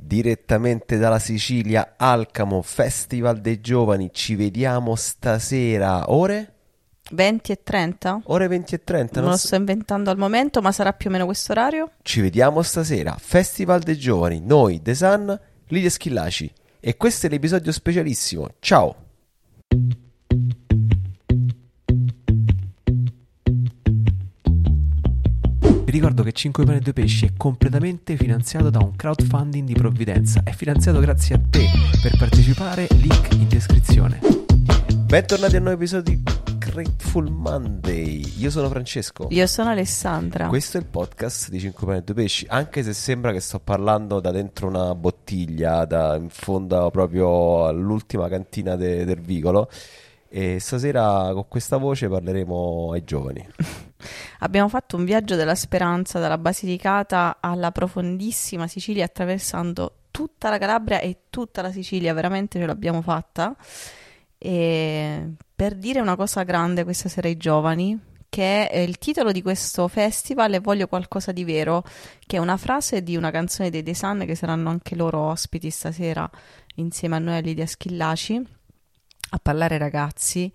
Direttamente dalla Sicilia, Alcamo, Festival dei Giovani. Ci vediamo stasera, ore? 20 e 30? Ore 20 e 30, Non lo sto inventando al momento, ma sarà più o meno questo orario? Ci vediamo stasera, Festival dei Giovani, noi, The Sun, Lidia Schillaci. E questo è l'episodio specialissimo. Ciao! Vi ricordo che 5 pane e 2 pesci è completamente finanziato da un crowdfunding di provvidenza. È finanziato grazie a te. Per partecipare, link in descrizione. Bentornati a un nuovo episodio di Grateful Monday. Io sono Francesco. Io sono Alessandra. Questo è il podcast di 5 pane e 2 pesci. Anche se sembra che sto parlando da dentro una bottiglia, da in fondo proprio all'ultima cantina del vicolo. E stasera con questa voce parleremo ai giovani. Abbiamo fatto un viaggio della speranza dalla Basilicata alla profondissima Sicilia, attraversando tutta la Calabria e tutta la Sicilia. Veramente ce l'abbiamo fatta. E per dire una cosa grande questa sera ai giovani, che è il titolo di questo festival è Voglio qualcosa di vero, che è una frase di una canzone dei The Sun, che saranno anche loro ospiti stasera insieme a noi a Lidia Schillaci a parlare ai ragazzi.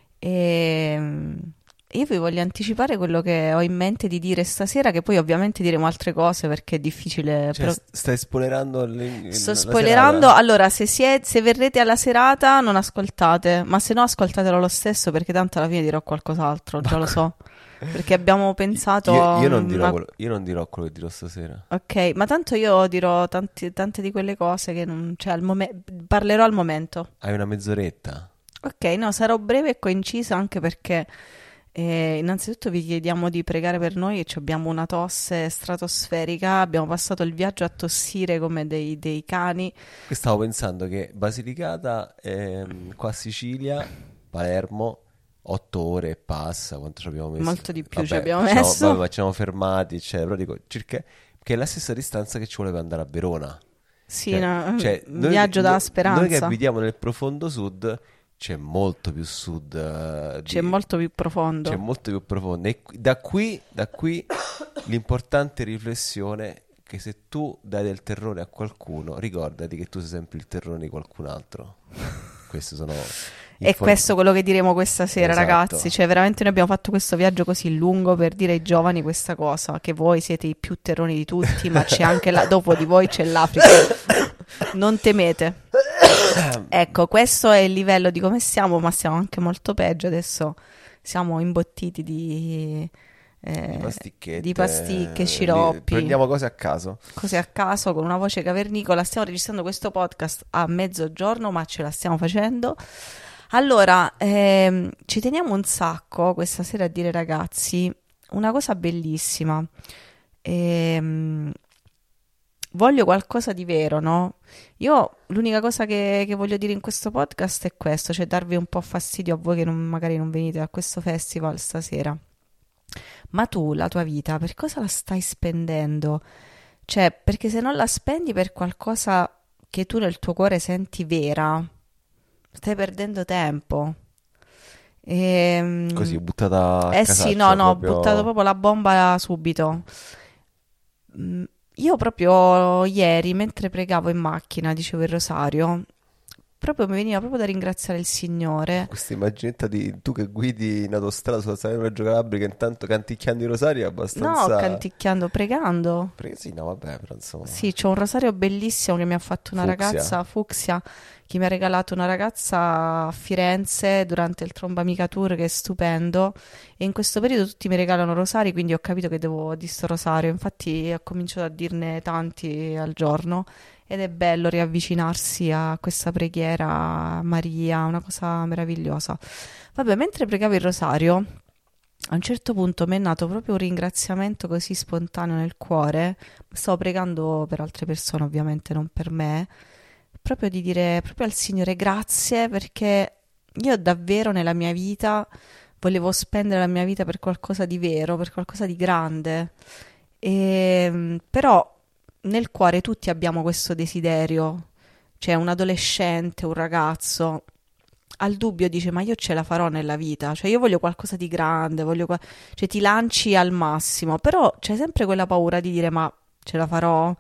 E io vi voglio anticipare quello che ho in mente di dire stasera, che poi ovviamente diremo altre cose perché è difficile. Cioè, stai spoilerando Sto la spoilerando. serata? Allora, se verrete alla serata non ascoltate, ma se no ascoltatelo lo stesso, perché tanto alla fine dirò qualcos'altro, già lo so. Perché abbiamo pensato Io non dirò quello che dirò stasera. Ok, ma tanto io dirò tante di quelle cose che non, cioè, parlerò al momento. Hai una mezz'oretta? Ok, no, sarò breve e concisa, anche perché innanzitutto vi chiediamo di pregare per noi, che abbiamo una tosse stratosferica, abbiamo passato il viaggio a tossire come dei cani. Che stavo pensando che Basilicata, qua a Sicilia, Palermo, 8 ore e passa, quanto ci abbiamo messo? Molto di più Vabbè, ci abbiamo messo. Vabbè, ci siamo fermati, eccetera, però dico, circa, che è la stessa distanza che ci vuole per andare a Verona. Sì, Cioè, un viaggio dalla speranza. Noi che abitiamo nel profondo sud, c'è molto più sud. C'è molto più profondo. C'è molto più profondo. E da qui l'importante riflessione che se tu dai del terrore a qualcuno, ricordati che tu sei sempre il terrore di qualcun altro. Questi sono E questo è quello che diremo questa sera, esatto. Ragazzi. Cioè, veramente noi abbiamo fatto questo viaggio così lungo per dire ai giovani questa cosa, che voi siete i più terroni di tutti, ma c'è anche dopo di voi c'è l'Africa. Non temete. Ecco, questo è il livello di come siamo, ma siamo anche molto peggio. Adesso siamo imbottiti di pasticche, sciroppi. Prendiamo cose a caso. Cose a caso, con una voce cavernicola. Stiamo registrando questo podcast a mezzogiorno, ma ce la stiamo facendo. Allora, ci teniamo un sacco questa sera a dire, ragazzi, una cosa bellissima. Voglio qualcosa di vero, no? Io l'unica cosa che voglio dire in questo podcast è questo, cioè darvi un po' fastidio a voi che magari non venite a questo festival stasera. Ma tu, la tua vita, per cosa la stai spendendo? Cioè, perché se non la spendi per qualcosa che tu nel tuo cuore senti vera, stai perdendo tempo. Così, buttata a sì, casaccio, no, ho proprio... buttato proprio la bomba subito. Io proprio ieri, mentre pregavo in macchina, dicevo il rosario, proprio mi veniva proprio da ringraziare il Signore. Questa immaginetta di tu che guidi in autostrada sulla strada di Reggio Calabria, che intanto canticchiando i rosari è abbastanza... No, canticchiando, pregando. Sì, no, vabbè, però insomma... Sì, c'ho un rosario bellissimo che mi ha fatto una ragazza, Fucsia, che mi ha regalato una ragazza a Firenze durante il Trombamica Tour, che è stupendo. E in questo periodo tutti mi regalano rosari, quindi ho capito che devo di sto rosario. Infatti ho cominciato a dirne tanti al giorno. Ed è bello riavvicinarsi a questa preghiera a Maria, una cosa meravigliosa. Vabbè, mentre pregavo il rosario, a un certo punto mi è nato proprio un ringraziamento così spontaneo nel cuore. Stavo pregando per altre persone, ovviamente, non per me. Proprio di dire proprio al Signore grazie, perché io davvero nella mia vita volevo spendere la mia vita per qualcosa di vero, per qualcosa di grande. Però nel cuore tutti abbiamo questo desiderio, cioè un adolescente, un ragazzo al dubbio dice ma io ce la farò nella vita, cioè io voglio qualcosa di grande, cioè ti lanci al massimo, però c'è sempre quella paura di dire ma ce la farò?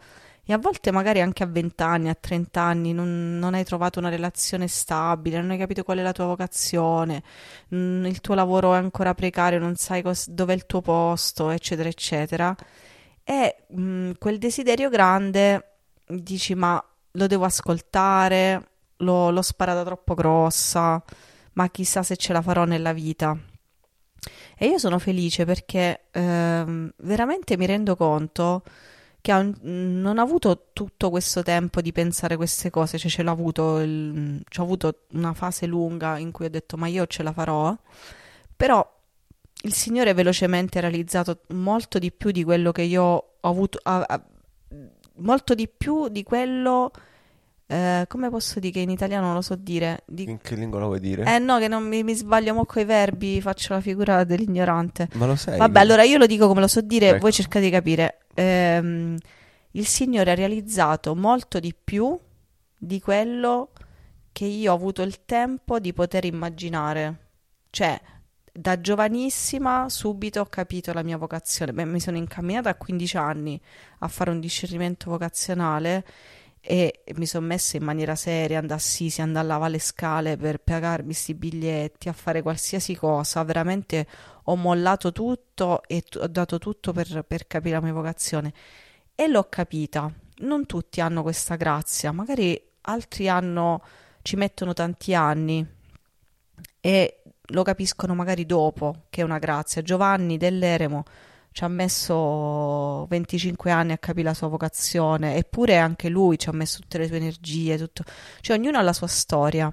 E a volte magari anche a 20 anni, a 30 anni non hai trovato una relazione stabile, non hai capito qual è la tua vocazione, il tuo lavoro è ancora precario, non sai dov'è il tuo posto, eccetera, eccetera. E quel desiderio grande dici, ma lo devo ascoltare, l'ho sparata troppo grossa, ma chissà se ce la farò nella vita. E io sono felice perché veramente mi rendo conto che non ho avuto tutto questo tempo di pensare queste cose, cioè c'ho avuto una fase lunga in cui ho detto ma io ce la farò, però il Signore velocemente ha realizzato molto di più di quello che io ho avuto, molto di più di quello, come posso dire che in italiano non lo so dire. In che lingua lo vuoi dire? No, che non mi sbaglio mo coi verbi, faccio la figura dell'ignorante. Ma lo sai? Vabbè, allora io lo dico come lo so dire, Ecco. voi cercate di capire. Il Signore ha realizzato molto di più di quello che io ho avuto il tempo di poter immaginare. Cioè, da giovanissima subito ho capito la mia vocazione. Beh, mi sono incamminata a 15 anni a fare un discernimento vocazionale e mi sono messa in maniera seria, andare a Assisi, andare a lavare le scale per pagarmi questi biglietti, a fare qualsiasi cosa. Veramente ho mollato tutto e ho dato tutto per capire la mia vocazione. E l'ho capita. Non tutti hanno questa grazia, magari altri ci mettono tanti anni e lo capiscono magari dopo che è una grazia. Giovanni dell'Eremo ci ha messo 25 anni a capire la sua vocazione, eppure anche lui ci ha messo tutte le sue energie, tutto. Cioè ognuno ha la sua storia.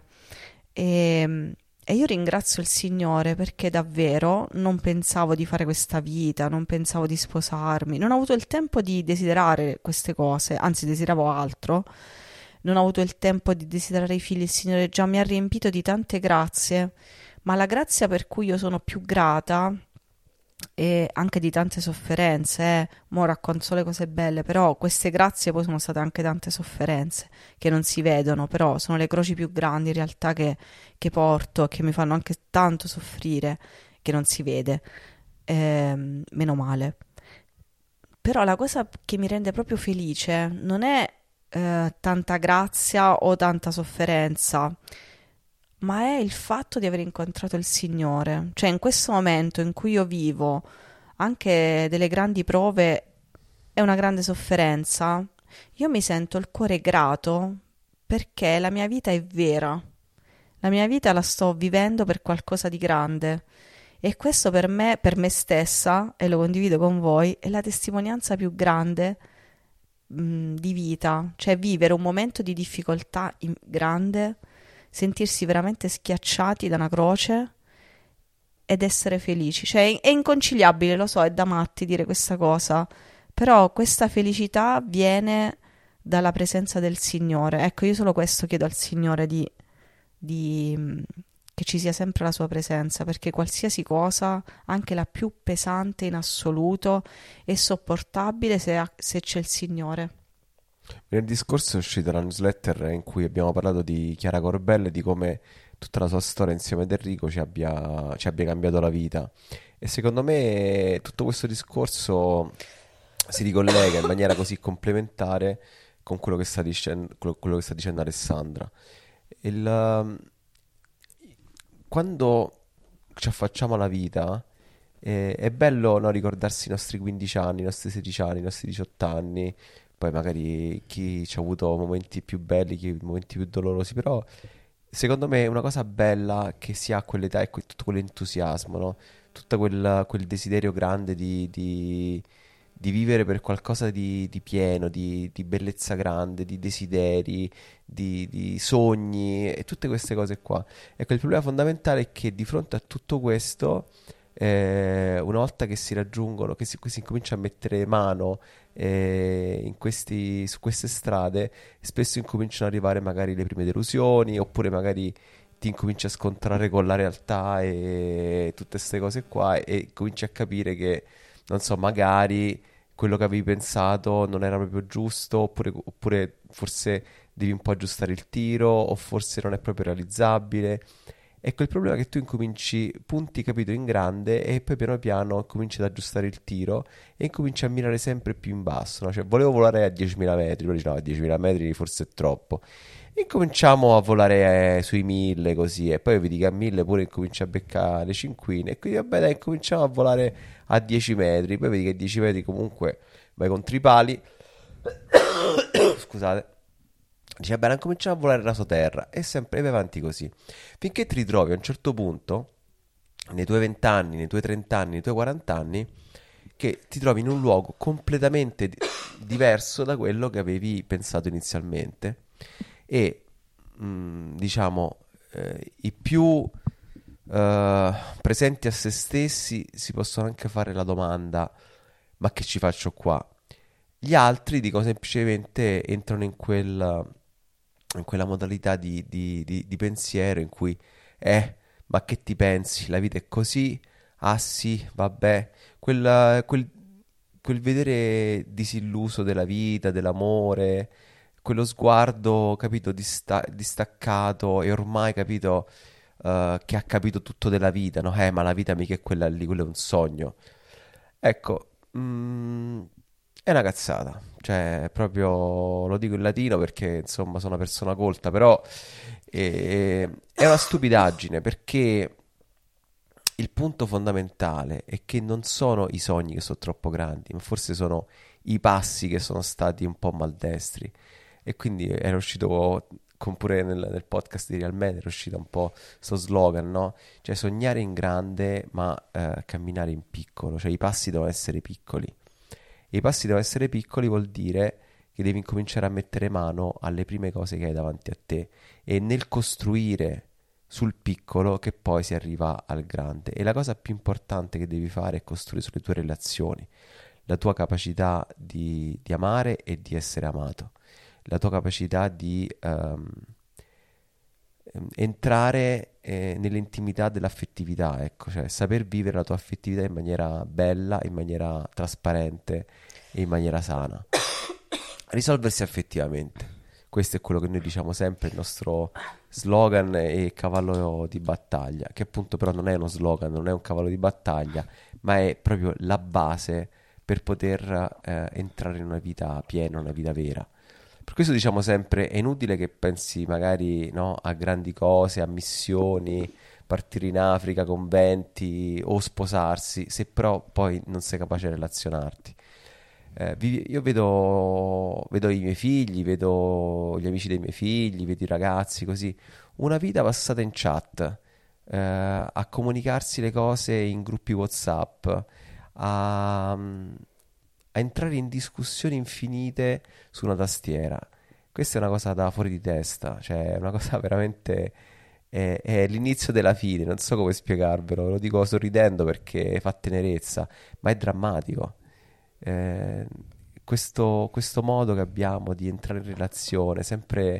E io ringrazio il Signore perché davvero non pensavo di fare questa vita, non pensavo di sposarmi, non ho avuto il tempo di desiderare queste cose, anzi desideravo altro. Non ho avuto il tempo di desiderare i figli, il Signore già mi ha riempito di tante grazie, ma la grazia per cui io sono più grata e anche di tante sofferenze, mo racconto solo le cose belle, però queste grazie poi sono state anche tante sofferenze che non si vedono, però sono le croci più grandi in realtà che porto, che mi fanno anche tanto soffrire, che non si vede, meno male. Però la cosa che mi rende proprio felice non è tanta grazia o tanta sofferenza, ma è il fatto di aver incontrato il Signore. Cioè, in questo momento in cui io vivo anche delle grandi prove e una grande sofferenza, io mi sento il cuore grato perché la mia vita è vera. La mia vita la sto vivendo per qualcosa di grande. E questo per me stessa, e lo condivido con voi, è la testimonianza più grande di vita. Cioè, vivere un momento di difficoltà grande, sentirsi veramente schiacciati da una croce ed essere felici. Cioè, è inconciliabile, lo so, è da matti dire questa cosa, però questa felicità viene dalla presenza del Signore. Ecco, io solo questo chiedo al Signore che ci sia sempre la sua presenza, perché qualsiasi cosa, anche la più pesante in assoluto, è sopportabile se c'è il Signore. Venerdì scorso è uscita la newsletter in cui abbiamo parlato di Chiara Corbella e di come tutta la sua storia insieme ad Enrico ci abbia cambiato la vita. E secondo me tutto questo discorso si ricollega in maniera così complementare con quello che sta dicendo Alessandra. Quando ci affacciamo alla vita, è bello, no, ricordarsi i nostri 15 anni, i nostri 16 anni, i nostri 18 anni. Poi magari chi ci ha avuto momenti più belli, chi momenti più dolorosi, però secondo me una cosa bella che si ha a quell'età è tutto quell'entusiasmo, no? Tutto quel desiderio grande di vivere per qualcosa di pieno, di bellezza grande, di desideri, di sogni e tutte queste cose qua. Ecco, il problema fondamentale è che di fronte a tutto questo, una volta che si raggiungono, che si incomincia a mettere mano su queste strade, spesso incominciano ad arrivare magari le prime delusioni, oppure magari ti incominci a scontrare con la realtà e tutte queste cose qua, e cominci a capire che, non so, magari quello che avevi pensato non era proprio giusto, oppure forse devi un po' aggiustare il tiro, o forse non è proprio realizzabile. Ecco, il problema è che tu punti, capito, in grande e poi piano piano cominci ad aggiustare il tiro e incominci a mirare sempre più in basso, no? Cioè, volevo volare a 10.000 metri, poi dicevo, no, a 10.000 metri forse è troppo. E incominciamo a volare sui 1.000 così, e poi vedi che a 1.000 pure incominci a beccare le cinquine, e quindi vabbè dai, incominciamo a volare a 10 metri, poi vedi che a 10 metri comunque vai contro i pali, scusate. Dice, bene, cominciamo a volare rasoterra e sempre vai avanti così. Finché ti ritrovi a un certo punto, nei tuoi 20 anni, nei tuoi 30 anni, nei tuoi 40 anni, che ti trovi in un luogo completamente diverso da quello che avevi pensato inizialmente. E, diciamo, i più presenti a se stessi si possono anche fare la domanda, ma che ci faccio qua? Gli altri dicono semplicemente, entrano in quella modalità di pensiero in cui, ma che ti pensi? La vita è così? Ah sì, vabbè, quel vedere disilluso della vita, dell'amore, quello sguardo, capito, distaccato e ormai, capito, che ha capito tutto della vita, no? Ma la vita mica è quella lì, quello è un sogno. Ecco, è una cazzata, cioè proprio lo dico in latino perché insomma sono una persona colta, però è una stupidaggine perché il punto fondamentale è che non sono i sogni che sono troppo grandi, ma forse sono i passi che sono stati un po' maldestri. E quindi era uscito pure nel podcast di Real Man, era uscito un po' sto slogan, no? Cioè sognare in grande ma camminare in piccolo, cioè i passi devono essere piccoli. E i passi devono essere piccoli vuol dire che devi incominciare a mettere mano alle prime cose che hai davanti a te e nel costruire sul piccolo che poi si arriva al grande. E la cosa più importante che devi fare è costruire sulle tue relazioni, la tua capacità di amare e di essere amato, la tua capacità di entrare nell'intimità dell'affettività, ecco, cioè saper vivere la tua affettività in maniera bella, in maniera trasparente e in maniera sana. Risolversi affettivamente. Questo è quello che noi diciamo sempre, il nostro slogan e cavallo di battaglia, che appunto però non è uno slogan, non è un cavallo di battaglia, ma è proprio la base per poter entrare in una vita piena, una vita vera. Per questo diciamo sempre, è inutile che pensi magari, no, a grandi cose, a missioni, partire in Africa, conventi o sposarsi, se però poi non sei capace di relazionarti. Io vedo i miei figli, vedo gli amici dei miei figli, vedo i ragazzi così, una vita passata in chat, a comunicarsi le cose in gruppi WhatsApp, a entrare in discussioni infinite su una tastiera. Questa è una cosa da fuori di testa, cioè è una cosa veramente... È l'inizio della fine, non so come spiegarvelo, lo dico sorridendo perché fa tenerezza, ma è drammatico. Eh, questo modo che abbiamo di entrare in relazione sempre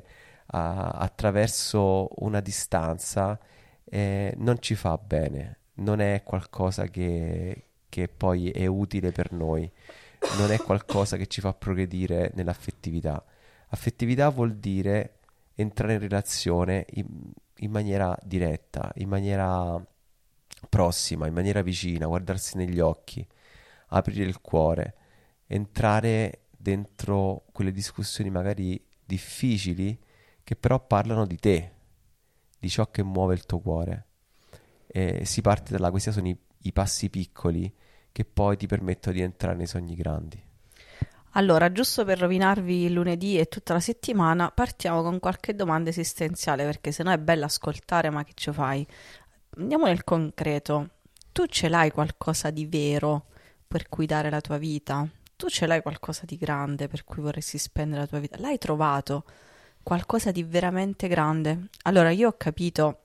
attraverso una distanza non ci fa bene, non è qualcosa che poi è utile per noi, non è qualcosa che ci fa progredire nell'affettività. Affettività vuol dire entrare in relazione in maniera diretta, in maniera prossima, in maniera vicina, guardarsi negli occhi, aprire il cuore, entrare dentro quelle discussioni magari difficili che però parlano di te, di ciò che muove il tuo cuore. E si parte da là, questi sono i passi piccoli che poi ti permettono di entrare nei sogni grandi. Allora, giusto per rovinarvi il lunedì e tutta la settimana, partiamo con qualche domanda esistenziale, perché sennò è bello ascoltare, ma che ci fai? Andiamo nel concreto. Tu ce l'hai qualcosa di vero per cui dare la tua vita? Tu ce l'hai qualcosa di grande per cui vorresti spendere la tua vita? L'hai trovato? Qualcosa di veramente grande? Allora, io ho capito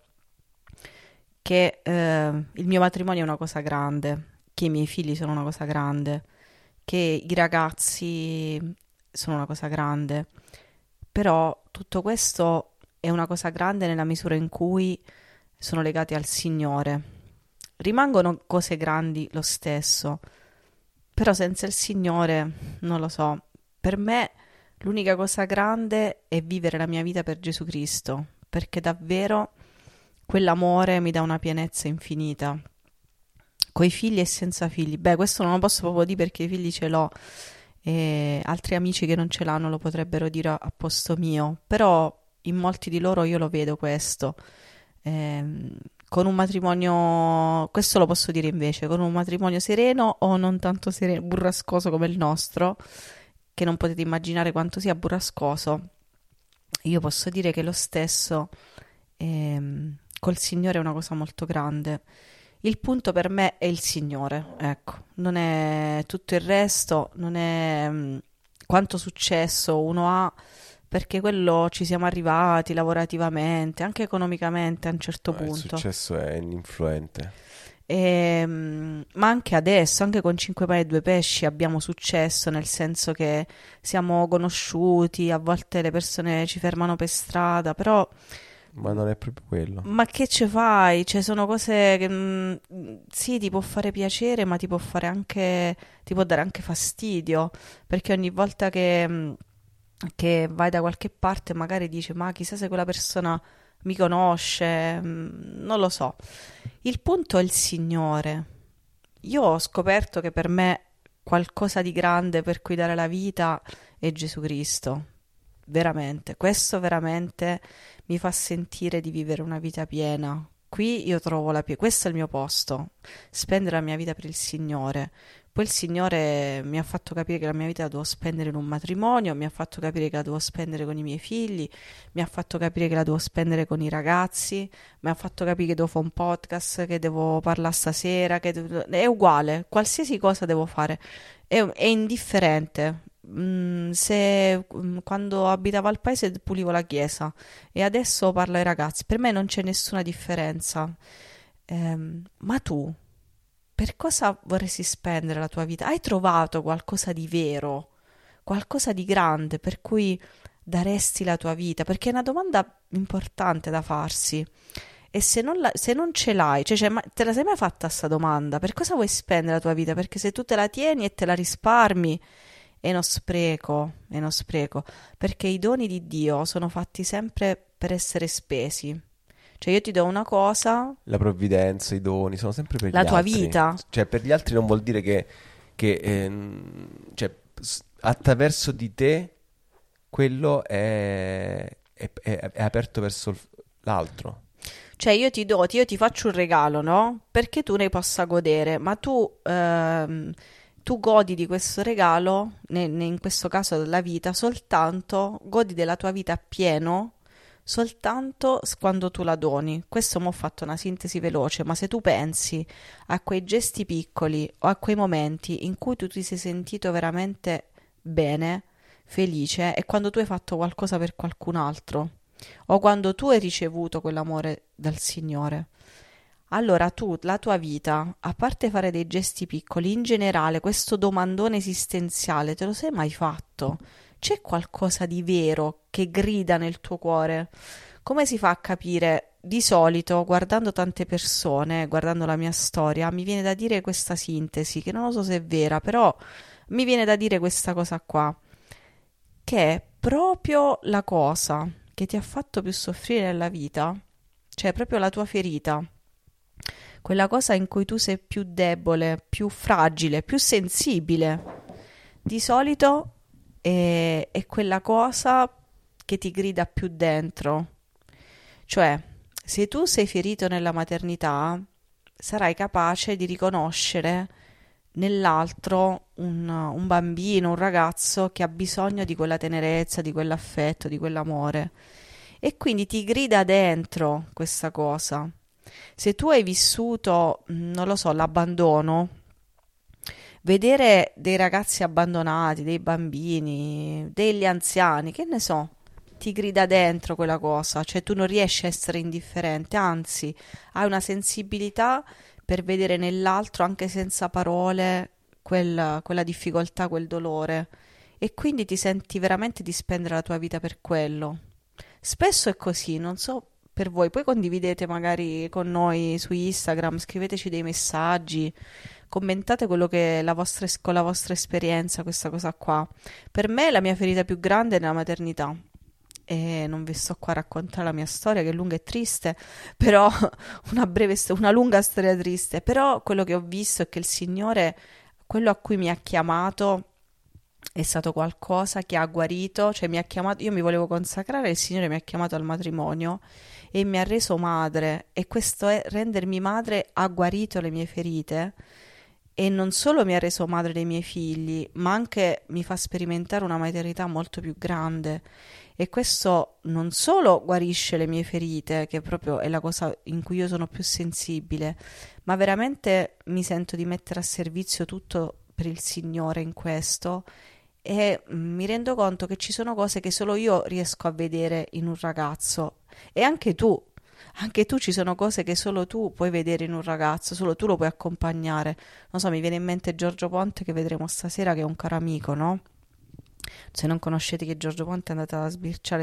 che il mio matrimonio è una cosa grande, che i miei figli sono una cosa grande, che i ragazzi sono una cosa grande, però tutto questo è una cosa grande nella misura in cui sono legati al Signore. Rimangono cose grandi lo stesso, però senza il Signore, non lo so, per me l'unica cosa grande è vivere la mia vita per Gesù Cristo, perché davvero quell'amore mi dà una pienezza infinita. Coi figli e senza figli. Beh, questo non lo posso proprio dire perché i figli ce l'ho e altri amici che non ce l'hanno lo potrebbero dire a posto mio, però in molti di loro io lo vedo questo. Con un matrimonio, questo lo posso dire invece, con un matrimonio sereno o non tanto sereno, burrascoso come il nostro, che non potete immaginare quanto sia burrascoso, io posso dire che lo stesso col Signore è una cosa molto grande. Il punto per me è il Signore, ecco, non è tutto il resto, non è quanto successo uno ha, perché quello ci siamo arrivati lavorativamente, anche economicamente a un certo punto. Il successo è influente. Ma anche adesso, anche con 5 pani e 2 pesci abbiamo successo, nel senso che siamo conosciuti, a volte le persone ci fermano per strada, però... Ma non è proprio quello. Ma che ci fai? Cioè, sono cose che sì, ti può fare piacere, ma ti può fare anche, ti può dare anche fastidio, perché ogni volta che vai da qualche parte magari dici, ma chissà se quella persona mi conosce, non lo so. Il punto è il Signore. Io ho scoperto che per me qualcosa di grande per cui dare la vita è Gesù Cristo. Veramente, questo veramente mi fa sentire di vivere una vita piena. Qui io trovo questo è il mio posto, spendere la mia vita per il Signore. Poi il Signore mi ha fatto capire che la mia vita la devo spendere in un matrimonio, mi ha fatto capire che la devo spendere con i miei figli, mi ha fatto capire che la devo spendere con i ragazzi, mi ha fatto capire che devo fare un podcast, che devo parlare stasera, è uguale, qualsiasi cosa devo fare, è indifferente. Quando abitavo al paese pulivo la chiesa e adesso parlo ai ragazzi, per me non c'è nessuna differenza. Ma tu per cosa vorresti spendere la tua vita? Hai trovato qualcosa di vero, qualcosa di grande per cui daresti la tua vita? Perché è una domanda importante da farsi. E se non ce l'hai, ma te la sei mai fatta sta domanda? Per cosa vuoi spendere la tua vita? Perché se tu te la tieni e te la risparmi è uno spreco, perché i doni di Dio sono fatti sempre per essere spesi. Cioè io ti do una cosa... La provvidenza, i doni, sono sempre per gli altri. La altri. tua vita. Cioè per gli altri non vuol dire che cioè, attraverso di te quello è aperto verso l'altro. Cioè io ti faccio un regalo, no? Perché tu ne possa godere, ma tu godi di questo regalo, in questo caso della vita, soltanto, godi della tua vita appieno soltanto quando tu la doni. Questo mo' ho fatto una sintesi veloce, ma se tu pensi a quei gesti piccoli o a quei momenti in cui tu ti sei sentito veramente bene, felice, è quando tu hai fatto qualcosa per qualcun altro o quando tu hai ricevuto quell'amore dal Signore. Allora tu, la tua vita, a parte fare dei gesti piccoli, in generale, questo domandone esistenziale, te lo sei mai fatto? C'è qualcosa di vero che grida nel tuo cuore? Come si fa a capire? Di solito, guardando tante persone, guardando la mia storia, mi viene da dire questa sintesi, che non lo so se è vera, però mi viene da dire questa cosa qua, che è proprio la cosa che ti ha fatto più soffrire nella vita, cioè proprio la tua ferita, quella cosa in cui tu sei più debole, più fragile, più sensibile, di solito è quella cosa che ti grida più dentro. Cioè, se tu sei ferito nella maternità, sarai capace di riconoscere nell'altro un bambino, un ragazzo che ha bisogno di quella tenerezza, di quell'affetto, di quell'amore. E quindi ti grida dentro questa cosa. Se tu hai vissuto, non lo so, l'abbandono, vedere dei ragazzi abbandonati, dei bambini, degli anziani, che ne so, ti grida dentro quella cosa, cioè tu non riesci a essere indifferente, anzi, hai una sensibilità per vedere nell'altro, anche senza parole, quella difficoltà, quel dolore, e quindi ti senti veramente di spendere la tua vita per quello. Spesso è così, non so per voi, poi condividete magari con noi su Instagram, scriveteci dei messaggi, commentate quello che è con la vostra esperienza, questa cosa qua. Per me la mia ferita più grande è nella maternità e non vi sto qua a raccontare la mia storia che è lunga e triste, però una lunga storia triste, però quello che ho visto è che il Signore, quello a cui mi ha chiamato, è stato qualcosa che ha guarito, cioè mi ha chiamato, io mi volevo consacrare, il Signore mi ha chiamato al matrimonio e mi ha reso madre, e questo rendermi madre ha guarito le mie ferite, e non solo mi ha reso madre dei miei figli, ma anche mi fa sperimentare una maternità molto più grande, e questo non solo guarisce le mie ferite, che proprio è la cosa in cui io sono più sensibile, ma veramente mi sento di mettere a servizio tutto per il Signore in questo, e mi rendo conto che ci sono cose che solo io riesco a vedere in un ragazzo, e anche tu ci sono cose che solo tu puoi vedere in un ragazzo, solo tu lo puoi accompagnare. Non so, mi viene in mente Giorgio Ponte, che vedremo stasera, che è un caro amico, no? Se non conoscete che Giorgio Ponte, andate a sbirciare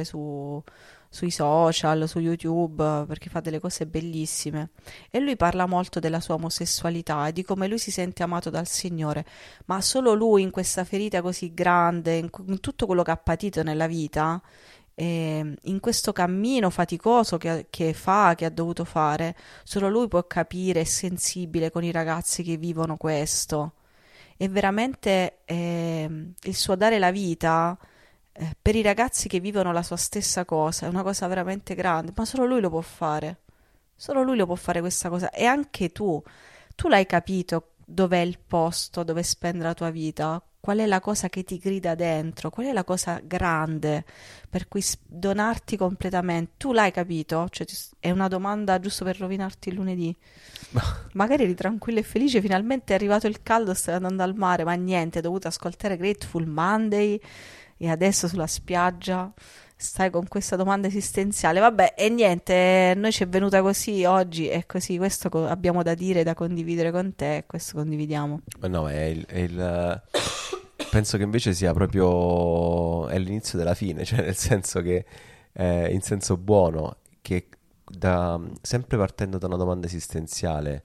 sui social, su YouTube, perché fa delle cose bellissime. E lui parla molto della sua omosessualità e di come lui si sente amato dal Signore, ma solo lui, in questa ferita così grande, in tutto quello che ha patito nella vita, in questo cammino faticoso che ha dovuto fare, solo lui può capire, è sensibile con i ragazzi che vivono questo. E veramente il suo dare la vita per i ragazzi che vivono la sua stessa cosa è una cosa veramente grande, ma solo lui lo può fare. Solo lui lo può fare questa cosa. E anche tu l'hai capito dov'è il posto dove spendere la tua vita? Qual è la cosa che ti grida dentro? Qual è la cosa grande per cui donarti completamente? Tu l'hai capito? Cioè, è una domanda giusto per rovinarti il lunedì. Magari eri tranquillo e felice, finalmente è arrivato il caldo, stai andando al mare, ma niente, hai dovuto ascoltare Grateful Monday e adesso sulla spiaggia stai con questa domanda esistenziale. Vabbè, e niente, noi ci è venuta così oggi, è così, questo abbiamo da dire, da condividere con te, e questo condividiamo. No, penso che invece sia proprio è l'inizio della fine, cioè nel senso che in senso buono, che sempre partendo da una domanda esistenziale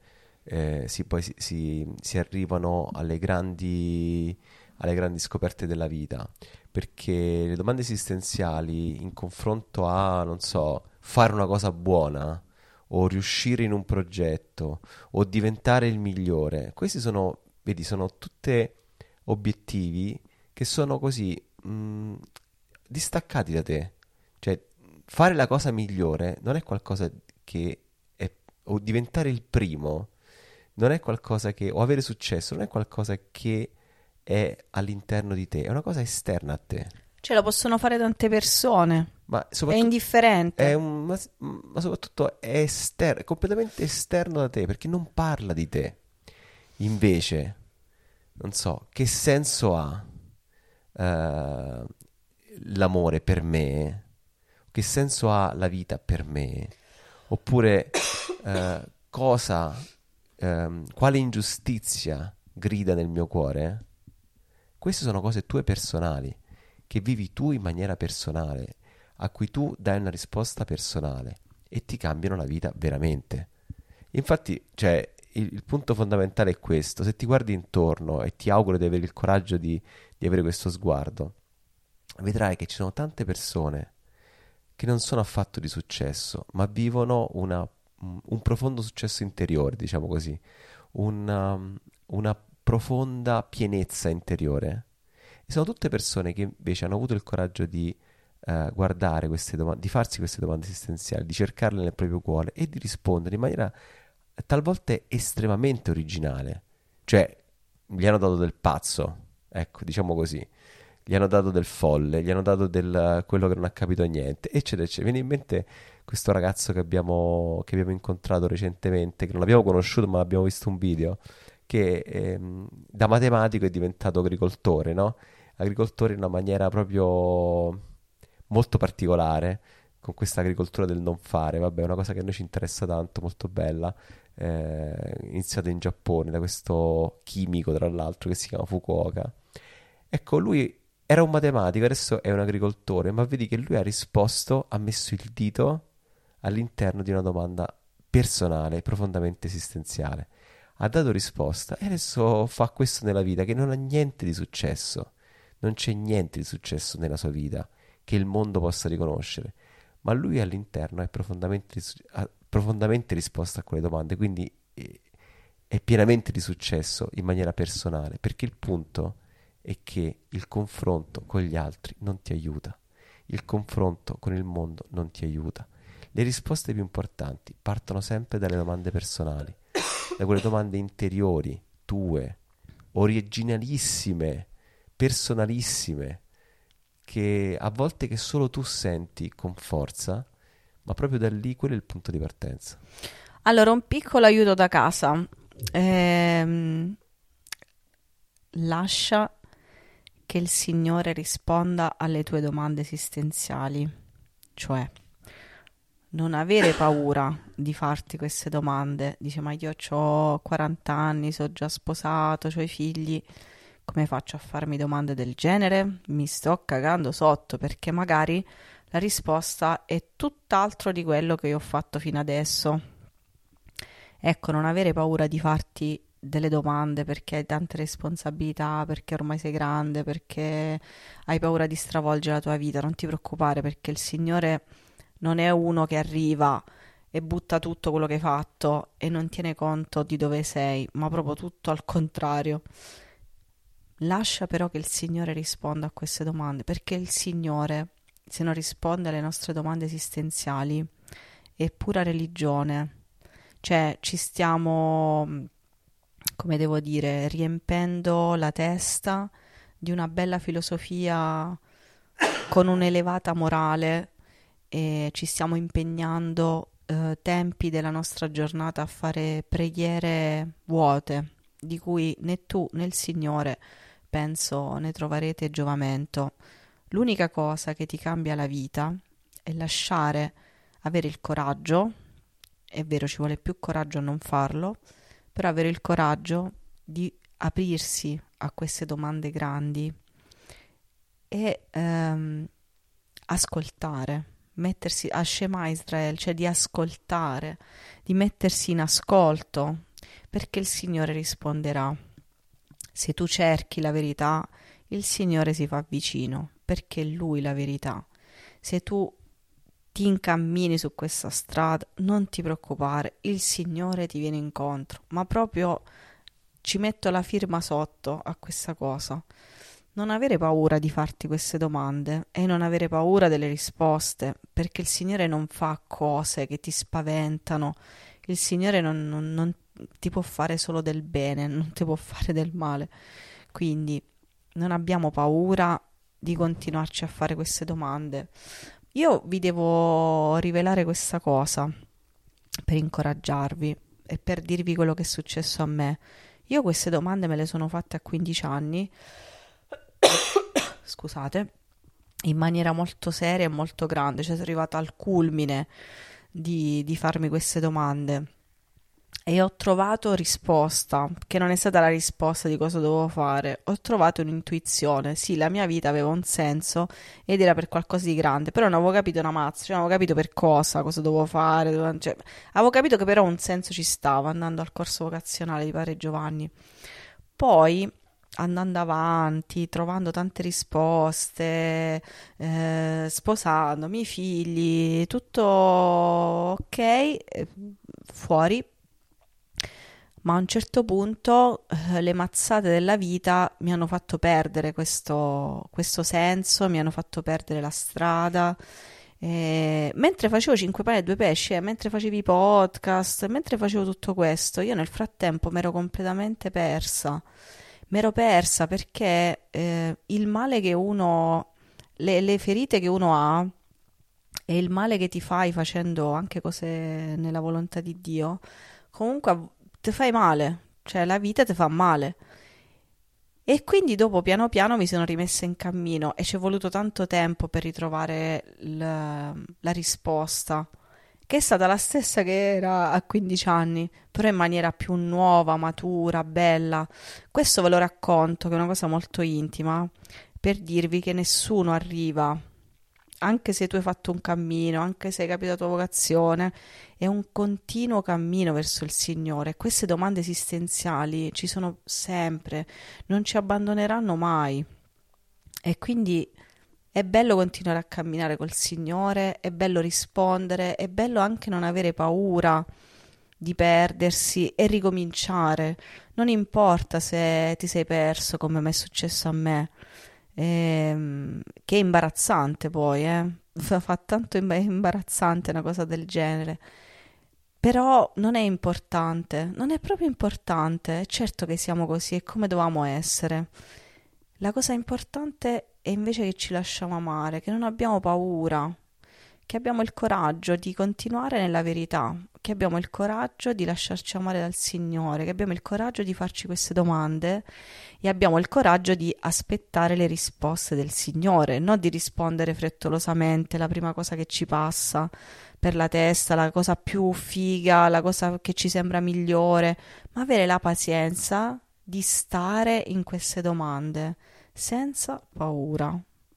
si arrivano alle grandi scoperte della vita, perché le domande esistenziali in confronto a, non so, fare una cosa buona o riuscire in un progetto o diventare il migliore, questi sono, vedi, sono tutte obiettivi che sono così distaccati da te. Cioè, fare la cosa migliore non è qualcosa che è, o diventare il primo non è qualcosa che, o avere successo non è qualcosa che è all'interno di te, è una cosa esterna a te. Cioè, lo possono fare tante persone, Ma è indifferente. ma soprattutto è è completamente esterno da te, perché non parla di te. Invece, non so, che senso ha l'amore per me? Che senso ha la vita per me? Oppure quale ingiustizia grida nel mio cuore? Queste sono cose tue personali, che vivi tu in maniera personale, a cui tu dai una risposta personale e ti cambiano la vita veramente. Infatti, cioè, il punto fondamentale è questo: se ti guardi intorno, e ti auguro di avere il coraggio di avere questo sguardo, vedrai che ci sono tante persone che non sono affatto di successo, ma vivono un profondo successo interiore, diciamo così, una profonda pienezza interiore. E sono tutte persone che invece hanno avuto il coraggio di guardare queste domande, di farsi queste domande esistenziali, di cercarle nel proprio cuore e di rispondere in maniera talvolta estremamente originale. Cioè, gli hanno dato del pazzo, ecco, diciamo così, gli hanno dato del folle, gli hanno dato quello che non ha capito niente, eccetera, eccetera. Viene in mente questo ragazzo che abbiamo incontrato recentemente, che non abbiamo conosciuto ma abbiamo visto un video, che da matematico è diventato agricoltore, no? Agricoltore in una maniera proprio molto particolare, con questa agricoltura del non fare. Vabbè, è una cosa che a noi ci interessa tanto, molto bella, iniziato in Giappone da questo chimico, tra l'altro, che si chiama Fukuoka. Ecco, lui era un matematico, adesso è un agricoltore, ma vedi che lui ha risposto, ha messo il dito all'interno di una domanda personale, profondamente esistenziale. Ha dato risposta e adesso fa questo nella vita, che non ha niente di successo. Non c'è niente di successo nella sua vita che il mondo possa riconoscere, ma lui all'interno ha profondamente risposto a quelle domande, quindi è pienamente di successo in maniera personale, perché il punto è che il confronto con gli altri non ti aiuta, il confronto con il mondo non ti aiuta. Le risposte più importanti partono sempre dalle domande personali, da quelle domande interiori, tue, originalissime, personalissime, che a volte che solo tu senti con forza, ma proprio da lì quello è il punto di partenza. Allora, un piccolo aiuto da casa. Lascia che il Signore risponda alle tue domande esistenziali, cioè non avere paura di farti queste domande. Dice, ma io ho 40 anni, sono già sposato, ho i figli, come faccio a farmi domande del genere? Mi sto cagando sotto, perché magari la risposta è tutt'altro di quello che io ho fatto fino adesso. Ecco, non avere paura di farti delle domande perché hai tante responsabilità, perché ormai sei grande, perché hai paura di stravolgere la tua vita. Non ti preoccupare, perché il Signore non è uno che arriva e butta tutto quello che hai fatto e non tiene conto di dove sei, ma proprio tutto al contrario. Lascia però che il Signore risponda a queste domande, perché il Signore, se non risponde alle nostre domande esistenziali, è pura religione. Cioè, ci stiamo, come devo dire, riempendo la testa di una bella filosofia con un'elevata morale e ci stiamo impegnando tempi della nostra giornata a fare preghiere vuote, di cui né tu né il Signore penso ne troverete giovamento. L'unica cosa che ti cambia la vita è lasciare, avere il coraggio. È vero, ci vuole più coraggio a non farlo, però avere il coraggio di aprirsi a queste domande grandi e ascoltare, mettersi a Shema Israel, cioè di ascoltare, di mettersi in ascolto, perché il Signore risponderà. Se tu cerchi la verità, il Signore si fa vicino, perché è Lui la verità. Se tu ti incammini su questa strada, non ti preoccupare, il Signore ti viene incontro, ma proprio ci metto la firma sotto a questa cosa. Non avere paura di farti queste domande e non avere paura delle risposte, perché il Signore non fa cose che ti spaventano, il Signore non ti può fare solo del bene, non ti può fare del male, quindi non abbiamo paura di continuarci a fare queste domande. Io vi devo rivelare questa cosa per incoraggiarvi e per dirvi quello che è successo a me. Io queste domande me le sono fatte a 15 anni, scusate, in maniera molto seria e molto grande, cioè sono arrivata al culmine di farmi queste domande e ho trovato risposta, che non è stata la risposta di cosa dovevo fare, ho trovato un'intuizione. Sì, la mia vita aveva un senso ed era per qualcosa di grande, però non avevo capito una mazza, cioè non avevo capito per cosa dovevo fare, cioè, avevo capito che però un senso ci stava andando al corso vocazionale di Padre Giovanni. Poi andando avanti, trovando tante risposte, sposandomi, i figli, tutto ok, fuori. Ma a un certo punto le mazzate della vita mi hanno fatto perdere questo senso, mi hanno fatto perdere la strada. Mentre facevo 5 pani e 2 pesci, mentre facevo i podcast, mentre facevo tutto questo, io nel frattempo mi ero completamente persa. Mi ero persa perché il male che uno, le ferite che uno ha e il male che ti fai facendo anche cose nella volontà di Dio, comunque ti fai male, cioè la vita ti fa male. E quindi dopo piano piano mi sono rimessa in cammino e ci è voluto tanto tempo per ritrovare la risposta, che è stata la stessa che era a 15 anni, però in maniera più nuova, matura, bella. Questo ve lo racconto, che è una cosa molto intima, per dirvi che nessuno arriva, anche se tu hai fatto un cammino, anche se hai capito la tua vocazione, è un continuo cammino verso il Signore. Queste domande esistenziali ci sono sempre, non ci abbandoneranno mai. E quindi È bello continuare a camminare col Signore, è bello rispondere, è bello anche non avere paura di perdersi e ricominciare. Non importa se ti sei perso, come mi è successo a me, che è imbarazzante poi, fa tanto imbarazzante una cosa del genere. Però non è importante, non è proprio importante. È certo che siamo così, è come dovevamo essere. La cosa importante è invece che ci lasciamo amare, che non abbiamo paura, che abbiamo il coraggio di continuare nella verità, che abbiamo il coraggio di lasciarci amare dal Signore, che abbiamo il coraggio di farci queste domande e abbiamo il coraggio di aspettare le risposte del Signore, non di rispondere frettolosamente la prima cosa che ci passa per la testa, la cosa più figa, la cosa che ci sembra migliore, ma avere la pazienza di stare in queste domande senza paura.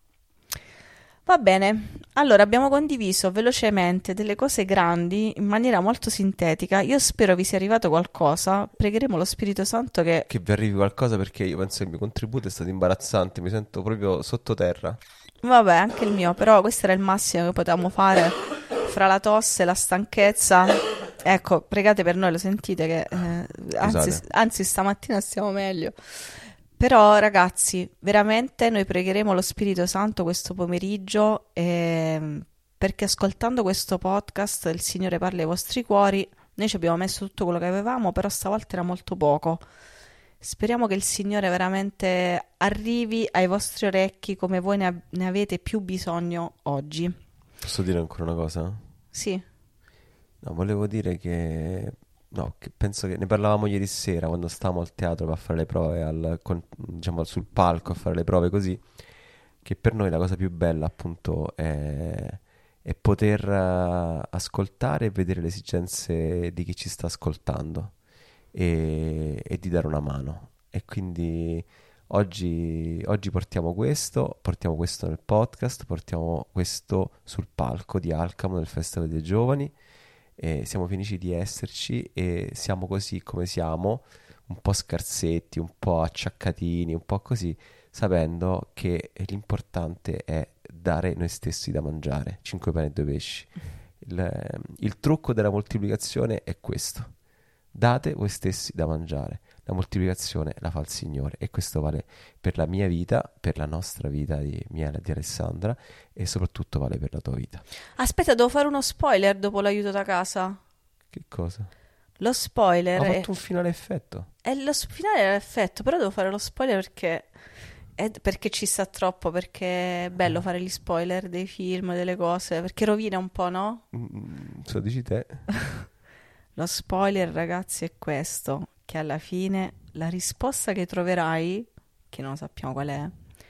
Va bene, allora abbiamo condiviso velocemente delle cose grandi in maniera molto sintetica. Io spero vi sia arrivato qualcosa. Pregheremo lo Spirito Santo che vi arrivi qualcosa, perché io penso che il mio contributo è stato imbarazzante, mi sento proprio sottoterra. Vabbè, anche il mio, però questo era il massimo che potevamo fare fra la tosse e la stanchezza. Ecco, pregate per noi, lo sentite che anzi stamattina stiamo meglio. Però ragazzi, veramente noi pregheremo lo Spirito Santo questo pomeriggio, perché ascoltando questo podcast il Signore parla ai vostri cuori. Noi ci abbiamo messo tutto quello che avevamo, però stavolta era molto poco. Speriamo che il Signore veramente arrivi ai vostri orecchi come voi ne avete più bisogno oggi. Posso dire ancora una cosa? Sì. No, volevo dire che penso che ne parlavamo ieri sera quando stavamo al teatro a fare le prove diciamo sul palco, a fare le prove così, che per noi la cosa più bella appunto è poter ascoltare e vedere le esigenze di chi ci sta ascoltando e di dare una mano. E quindi oggi portiamo questo nel podcast, portiamo questo sul palco di Alcamo nel Festival dei Giovani. E siamo felici di esserci e siamo così come siamo, un po' scarsetti, un po' acciaccatini, un po' così, sapendo che l'importante è dare noi stessi da mangiare, 5 pani e 2 pesci. Il trucco della moltiplicazione è questo: date voi stessi da mangiare. La moltiplicazione la fa il Signore, e questo vale per la mia vita, per la nostra vita di Miele e di Alessandra, e soprattutto vale per la tua vita. Aspetta, devo fare uno spoiler dopo l'aiuto da casa. Che cosa? Lo spoiler ha fatto un finale effetto. Lo finale era effetto, però devo fare lo spoiler perché ci sta troppo, perché è bello fare gli spoiler dei film, delle cose, perché rovina un po', no? Se lo dici te. Lo spoiler, ragazzi, è questo: che alla fine la risposta che troverai, che non sappiamo qual è,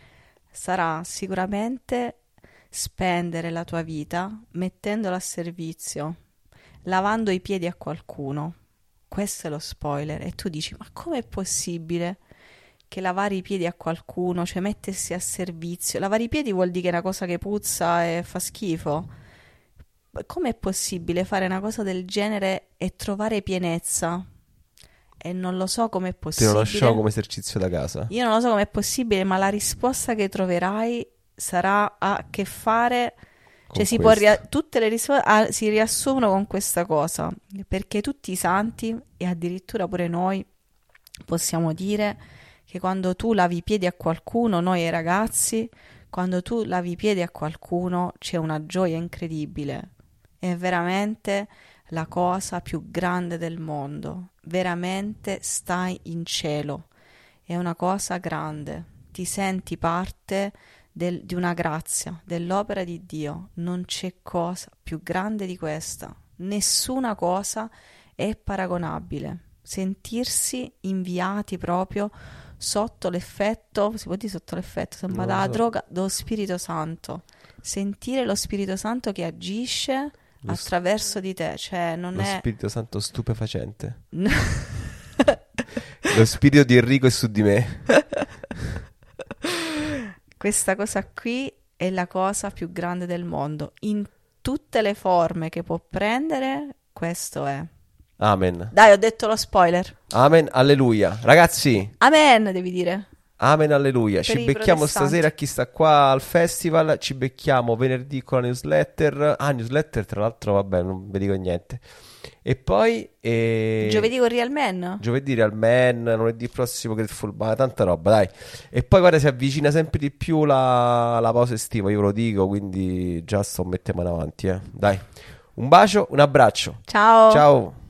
sarà sicuramente spendere la tua vita mettendola a servizio, lavando i piedi a qualcuno. Questo è lo spoiler. E tu dici: ma com'è possibile che lavare i piedi a qualcuno, cioè mettersi a servizio? Lavare i piedi vuol dire che è una cosa che puzza e fa schifo. Com'è possibile fare una cosa del genere e trovare pienezza? E non lo so com'è possibile. Te lo lascio come esercizio da casa. Io non lo so com'è possibile, ma la risposta che troverai sarà a che fare, cioè tutte le risposte si riassumono con questa cosa, perché tutti i santi e addirittura pure noi possiamo dire che quando tu lavi i piedi a qualcuno, noi ragazzi, quando tu lavi i piedi a qualcuno c'è una gioia incredibile. È veramente la cosa più grande del mondo. Veramente stai in cielo. È una cosa grande. Ti senti parte di una grazia, dell'opera di Dio. Non c'è cosa più grande di questa. Nessuna cosa è paragonabile. Sentirsi inviati proprio sotto l'effetto, si può dire sotto l'effetto, sembra da droga, dello Spirito Santo. Sentire lo Spirito Santo che agisce attraverso di te, cioè non lo è... Spirito Santo stupefacente. Lo spirito di Enrico è su di me. Questa cosa qui è la cosa più grande del mondo, in tutte le forme che può prendere. Questo è. Amen. Dai, ho detto lo spoiler. Amen, alleluia. Ragazzi, Amen devi dire. Amen, alleluia. Per Ci i becchiamo protestanti. stasera, chi sta qua al festival. Ci becchiamo venerdì con la newsletter. Newsletter, tra l'altro, vabbè, non vi dico niente. E poi Giovedì con Real Man. giovedì Real Man, lunedì prossimo Grateful, ma tanta roba, dai. E poi guarda, si avvicina sempre di più la pausa estiva, io ve lo dico, quindi già sto mettendo mano avanti, Dai. Un bacio, un abbraccio. Ciao. Ciao.